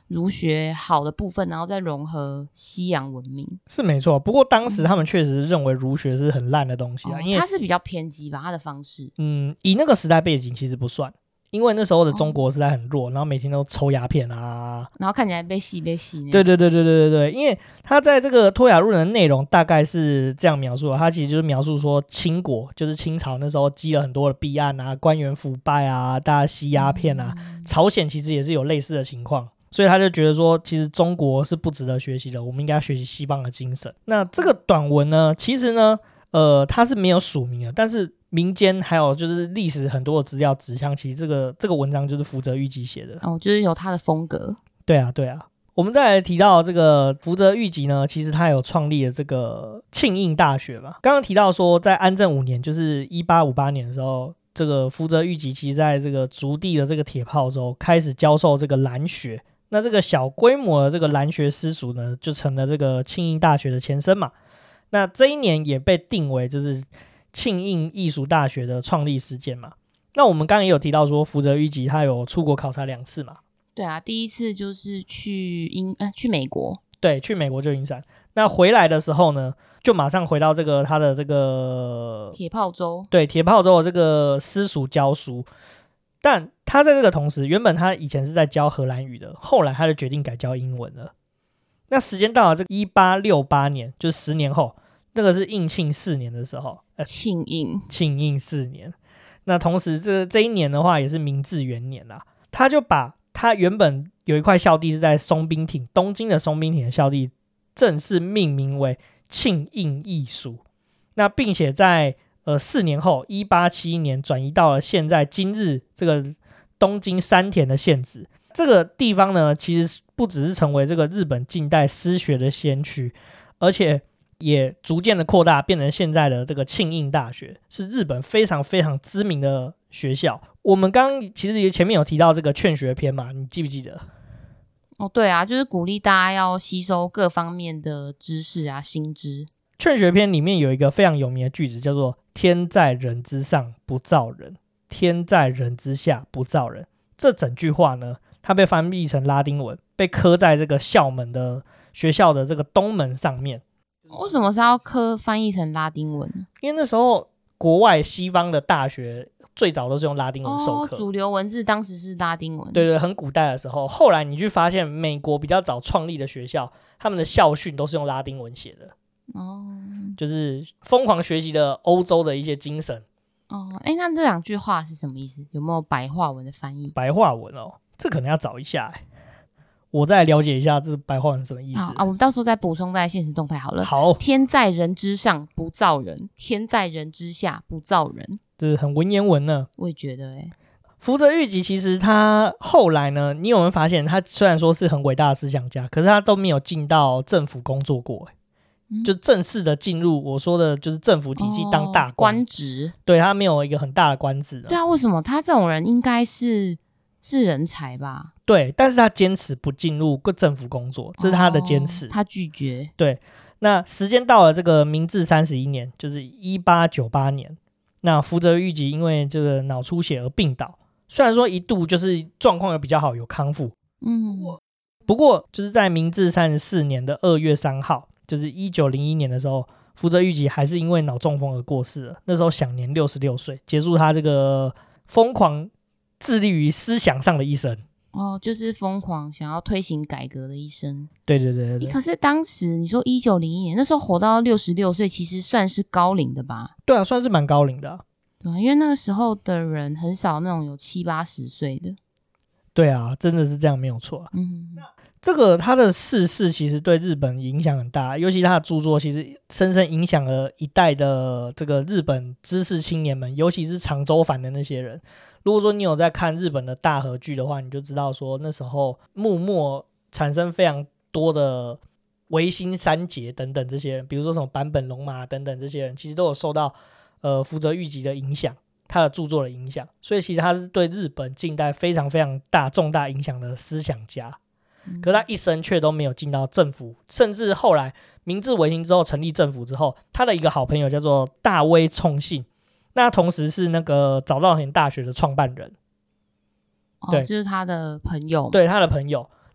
儒学好的部分，然后再融合西洋文明。 是没错，不过当时他们确实认为儒学是很烂的东西啊， 哦、 因为他是比较偏激吧，他的方式。 嗯，以那个时代背景其实不算，因为那时候的中国实在很弱，然后每天都抽鸦片啊， 然后看起来被戏被戏那样。 对对对对对对对，因为他在这个《托亚论》的内容大概是这样描述的，他其实就是描述说清国就是清朝那时候积了很多的弊案啊，官员腐败啊，大家吸鸦片啊， 嗯、 朝鲜其实也是有类似的情况。所以他就觉得说，其实中国是不值得学习的，我们应该学习西方的精神。那这个短文呢，其实呢，呃，它是没有署名的，但是民间还有就是历史很多的资料指向，其实这个这个文章就是福泽谕吉写的。 哦，就是有他的风格。 对啊，对啊。我们再来提到这个福泽谕吉呢，其实他有创立了这个庆应大学嘛。刚刚提到说，在安政五年，就是一八五八年的时候，这个福泽谕吉其实在这个竹地的这个铁炮州开始教授这个兰学。那这个小规模的这个兰学私塾呢，就成了这个庆应大学的前身嘛。那这一年也被定为就是庆应艺术大学的创立事件嘛。那我们刚刚也有提到说，福泽谕吉他有出国考察两次嘛。 对啊，第一次就是去英呃去美国， 对，去美国旧金山。那回来的时候呢，就马上回到这个他的这个铁炮州， 对铁炮州的这个私塾教书。但他在这个同时，原本他以前是在教荷兰语的，后来他就决定改教英文了。那时间到了这个一八六八年，就是十年后，这个是应庆四年的时候，呃、 庆应庆应四年。那同时这这一年的话，也是明治元年啦。他就把他原本有一块校地是在松滨町，东京的松滨町的校地，正式命名为庆应艺术。那并且在呃，四年后，一八七一年转移到了现在今日这个东京山田的县址。这个地方呢，其实不只是成为这个日本近代私学的先驱，而且也逐渐的扩大，变成现在的这个庆应大学，是日本非常非常知名的学校。我们刚刚其实也前面有提到这个劝学篇嘛，你记不记得？ 哦，对啊，就是鼓励大家要吸收各方面的知识啊，新知。 劝学篇里面有一个非常有名的句子，叫做天在人之上不造人，天在人之下不造人。这整句话呢，它被翻译成拉丁文，被刻在这个校门的学校的这个东门上面。 为什么是要刻翻译成拉丁文？ 因为那时候国外西方的大学最早都是用拉丁文授课、 哦、主流文字当时是拉丁文。 对对，很古代的时候。后来你去发现美国比较早创立的学校，他们的校训都是用拉丁文写的。哦，就是疯狂学习的欧洲的一些精神。 哦，哎，那这两句话是什么意思？有没有白话文的翻译？ 白话文哦，这可能要找一下哎，我再了解一下这白话文是什么意思啊。我们到时候再补充在现实动态好了。 好， 天在人之上不造人，天在人之下不造人， 这是很文言文呢。 我也觉得哎。 福泽谕吉其实他后来呢，你有没有发现，他虽然说是很伟大的思想家，可是他都没有进到政府工作过，就正式的进入我说的就是政府体系当大官、 哦、官职， 对，他没有一个很大的官职。 对啊，为什么他这种人应该是是人才吧？ 对，但是他坚持不进入政府工作，这是他的坚持、 哦、他拒绝。 对，那时间到了这个明治三十一年，就是一八九八年，那福泽谕吉因为这个脑出血而病倒，虽然说一度就是状况有比较好，有康复，嗯，不过就是在明治三十四年的二月三号。就是一九零一年的时候，福泽谕吉还是因为脑中风而过世了，那时候享年六十六岁，结束他这个疯狂致力于思想上的一生。 哦，就是疯狂想要推行改革的一生。 对对对 对, 对。 可是当时你说一九零一年，那时候活到六十六岁，其实算是高龄的吧？ 对啊，算是蛮高龄的、啊。 对啊，因为那个时候的人很少那种有七八十岁的。 对啊，真的是这样，没有错、啊。 嗯。 这个他的逝世其实对日本影响很大，尤其他的著作其实深深影响了一代的这个日本知识青年们，尤其是长州藩的那些人。如果说你有在看日本的大河剧的话，你就知道说那时候幕末产生非常多的维新三杰等等这些人，比如说什么坂本龙马等等这些人，其实都有受到呃福泽谕吉的影响，他的著作的影响，所以其实他是对日本近代非常非常大重大影响的思想家。可是他一生却都没有进到政府，甚至后来明治维新之后成立政府之后，他的一个好朋友叫做大威冲信，那同时是那个早稻田大学的创办人。 哦，就是他的朋友。 对，他的朋友。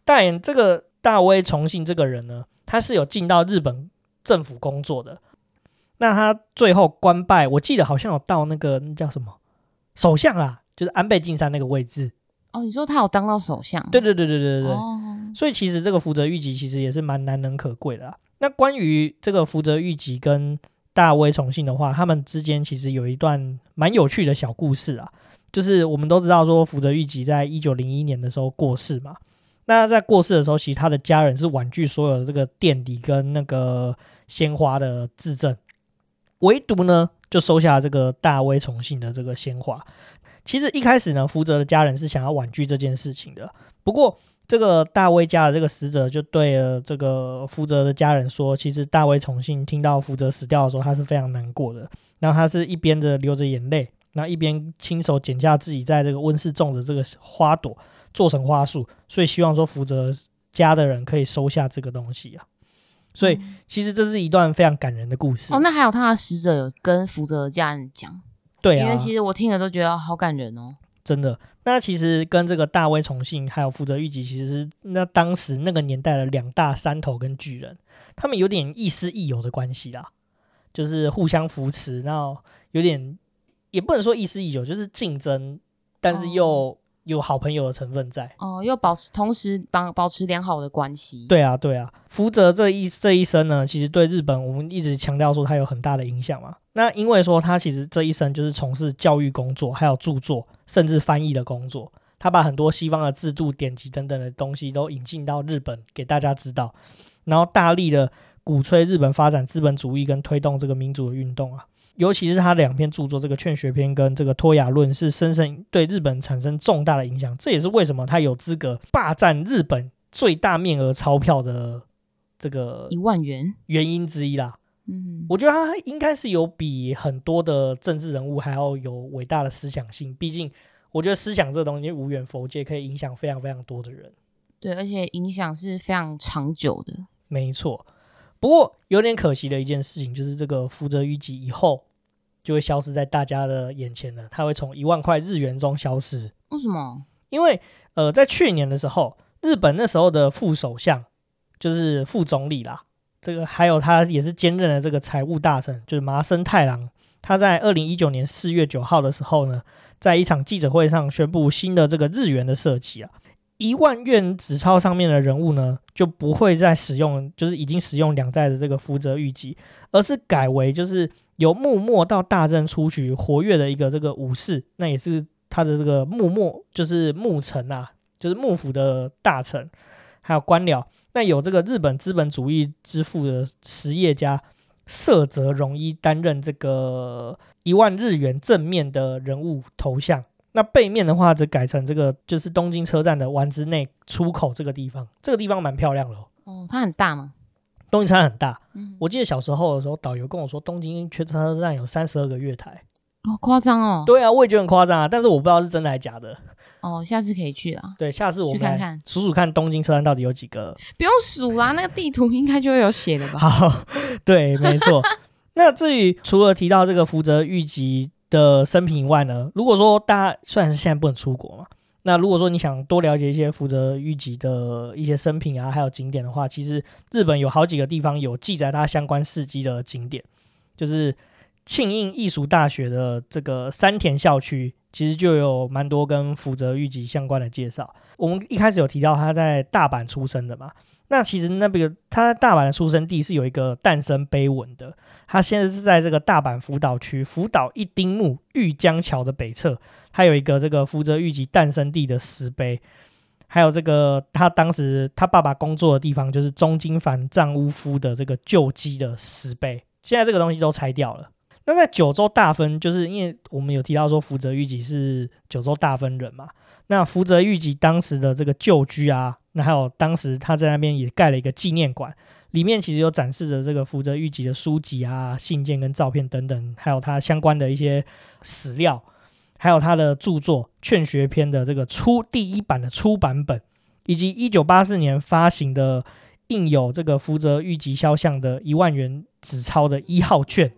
大眼这个大威崇信这个人呢，他是有进到日本政府工作的。那他最后官拜，我记得好像有到那个那叫什么首相啦，就是安倍晋三那个位置。 哦，你说他有当到首相？ 对对对对对对、 哦、 所以其实这个福泽谕吉其实也是蛮难能可贵的啦。那关于这个福泽谕吉跟大威崇信的话，他们之间其实有一段蛮有趣的小故事啊。就是我们都知道说福泽谕吉在一九零一年的时候过世嘛。那在过世的时候，其实他的家人是婉拒所有的这个奠礼跟那个鲜花的致赠，唯独呢就收下这个大威崇信的这个鲜花。其实一开始呢，福泽的家人是想要婉拒这件事情的，不过这个大威家的这个死者就对了这个福泽的家人说，其实大威崇信听到福泽死掉的时候，他是非常难过的，然后他是一边的流着眼泪，然后一边亲手剪下自己在这个温室种的这个花朵做成花束，所以希望说福泽家的人可以收下这个东西啊。所以其实这是一段非常感人的故事。 哦，那还有他的死者有跟福泽的家人讲？ 对啊， 因为其实我听了都觉得好感人哦。 真的。那其实跟这个大威崇信还有福泽谕吉其实是那当时那个年代的两大山头跟巨人，他们有点亦师亦友的关系啦，就是互相扶持，然后有点也不能说亦师亦友，就是竞争，但是又有好朋友的成分在。 哦，又保持同时保保持良好的关系。 对啊，对啊。福泽这一这一生呢，其实对日本我们一直强调说他有很大的影响嘛。那因为说他其实这一生就是从事教育工作，还有著作，甚至翻译的工作。他把很多西方的制度、典籍等等的东西都引进到日本给大家知道，然后大力的鼓吹日本发展资本主义跟推动这个民主的运动啊。尤其是他两篇著作，这个《劝学篇》跟这个《脱亚论》是深深对日本产生重大的影响，这也是为什么他有资格霸占日本最大面额钞票的这个一万元原因之一啦。 嗯， 我觉得他应该是有比很多的政治人物还要有伟大的思想性，毕竟我觉得思想这个东西无远弗届，可以影响非常非常多的人。 对，而且影响是非常长久的。 没错。不过有点可惜的一件事情就是这个福泽谕吉以后就会消失在大家的眼前了，他会从一万块日元中消失。 为什么？ 因为呃，在去年的时候，日本那时候的副首相就是副总理啦，这个还有他也是兼任了这个财务大臣，就是麻生太郎。他在二零一九年四月九号的时候呢，在一场记者会上宣布新的这个日元的设计啊。一万元纸钞上面的人物呢，就不会再使用，就是已经使用两代的这个福泽谕吉，而是改为就是由幕末到大正初期活跃的一个这个武士，那也是他的这个幕末，就是幕臣啊，就是幕府的大臣，还有官僚。那有这个日本资本主义之父的实业家涩泽荣一担任这个一万日元正面的人物头像。那背面的话则改成这个就是东京车站的丸之内出口这个地方，这个地方蛮漂亮的 哦, 哦它很大吗？ 东京车站很大、 嗯、 我记得小时候的时候导游跟我说东京车站有三十二个月台。 哦，夸张哦。 对啊，我也觉得很夸张啊，但是我不知道是真的还是假的。 哦，下次可以去啦。 对，下次我们来去看看数数看东京车站到底有几个。 不用数啦，那个地图应该就会有写的吧。 好，对，没错。那至于除了提到这个福泽谕吉的生平以外呢，如果说大家虽然是现在不能出国嘛，那如果说你想多了解一些福泽谕吉的一些生平啊还有景点的话，其实日本有好几个地方有记载他相关事迹的景点，就是庆应艺术大学的这个山田校区其实就有蛮多跟福泽谕吉相关的介绍。我们一开始有提到他在大阪出生的嘛，那其实那个他大阪的出生地是有一个诞生碑文的，他现在是在这个大阪福岛区福岛一丁目玉江桥的北侧，还有一个这个福泽谕吉诞生地的石碑，还有这个他当时他爸爸工作的地方就是中津藩藏屋夫的这个旧基的石碑，现在这个东西都拆掉了。那在九州大分，就是因为我们有提到说福泽谕吉是九州大分人嘛，那福泽谕吉当时的这个旧居啊，那还有当时他在那边也盖了一个纪念馆，里面其实有展示着这个福泽谕吉的书籍啊、信件跟照片等等，还有他相关的一些史料，还有他的著作《劝学篇》的这个初第一版的初版本，以及一九八四年发行的印有这个福泽谕吉肖像的一万元纸钞的一号券。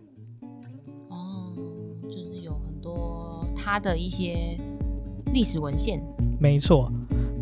他的一些历史文献。 没错。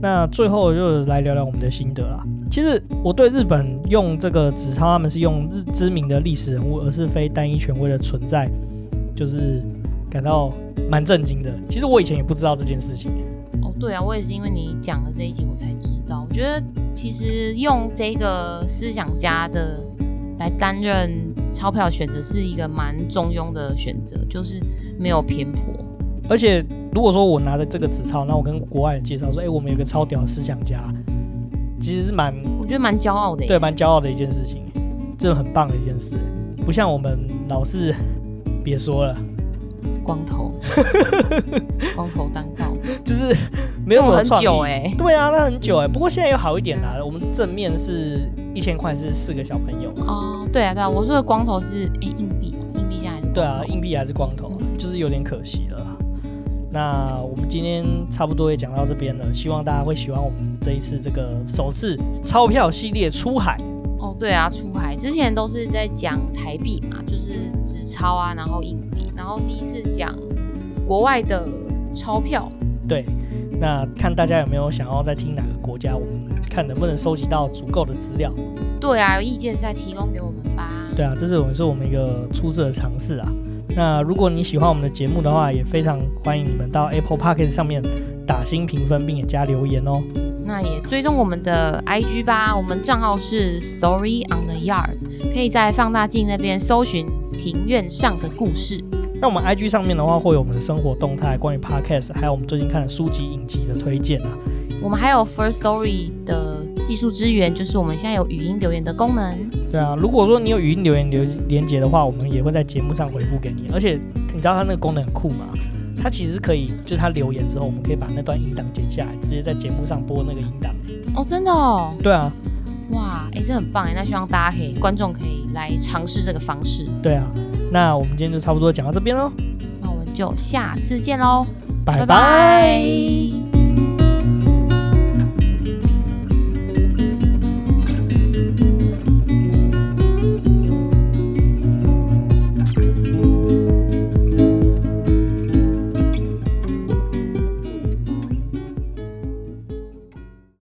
那最后就来聊聊我们的心得啦。其实我对日本用这个纸钞，他们是用日知名的历史人物，而是非单一权威的存在，就是感到蛮震惊的。其实我以前也不知道这件事情。 哦，对啊，我也是因为你讲了这一集我才知道。我觉得其实用这个思想家的来担任钞票的选择是一个蛮中庸的选择，就是没有偏颇。 而且如果说我拿着这个纸钞，那我跟国外人介绍说，哎、欸，我们有个超屌的思想家，其实是蛮， 我觉得蛮骄傲的耶。 对，蛮骄傲的一件事情，这是很棒的一件事。不像我们老是别说了， 光头，光头当道， 就是没有什么创意。 很久哎、欸， 对啊，那很久哎、欸。不过现在又好一点啦，我们正面是一千块，是四个小朋友嘛。 哦，对啊，对啊，我说的光头是哎、欸、硬币啊，硬币现在还是光头。 对啊，硬币还是光头，嗯、就是有点可惜了。那我们今天差不多也讲到这边了，希望大家会喜欢我们这一次这个首次钞票系列出海。 哦，对啊，出海之前都是在讲台币嘛，就是纸钞啊，然后硬币，然后第一次讲国外的钞票。 对，那看大家有没有想要再听哪个国家，我们看能不能收集到足够的资料。 对啊，有意见再提供给我们吧。 对啊，这是我们是我们一个初次的尝试啊。那如果你喜欢我们的节目的话，也非常欢迎你们到 Apple Podcast 上面打星评分，并且加留言哦。 那也追踪我们的 I G 吧，我们账号是 Story on the Yard， 可以在放大镜那边搜寻庭院上的故事。 那我们 I G 上面的话，会有我们的生活动态、关于 Podcast， 还有我们最近看的书籍、影集的推荐啊。 我们还有 First Story 的技术支援，就是我们现在有语音留言的功能。 对啊，如果说你有语音留言留连结的话，我们也会在节目上回复给你。而且你知道它那个功能很酷吗？它其实可以，就是它留言之后，我们可以把那段音档剪下来，直接在节目上播那个音档。 哦，真的哦。 对啊。 哇，哎，这很棒哎！那希望大家可以，观众可以来尝试这个方式。 对啊，那我们今天就差不多讲到这边喽。 那我们就下次见喽， 拜拜。 拜拜。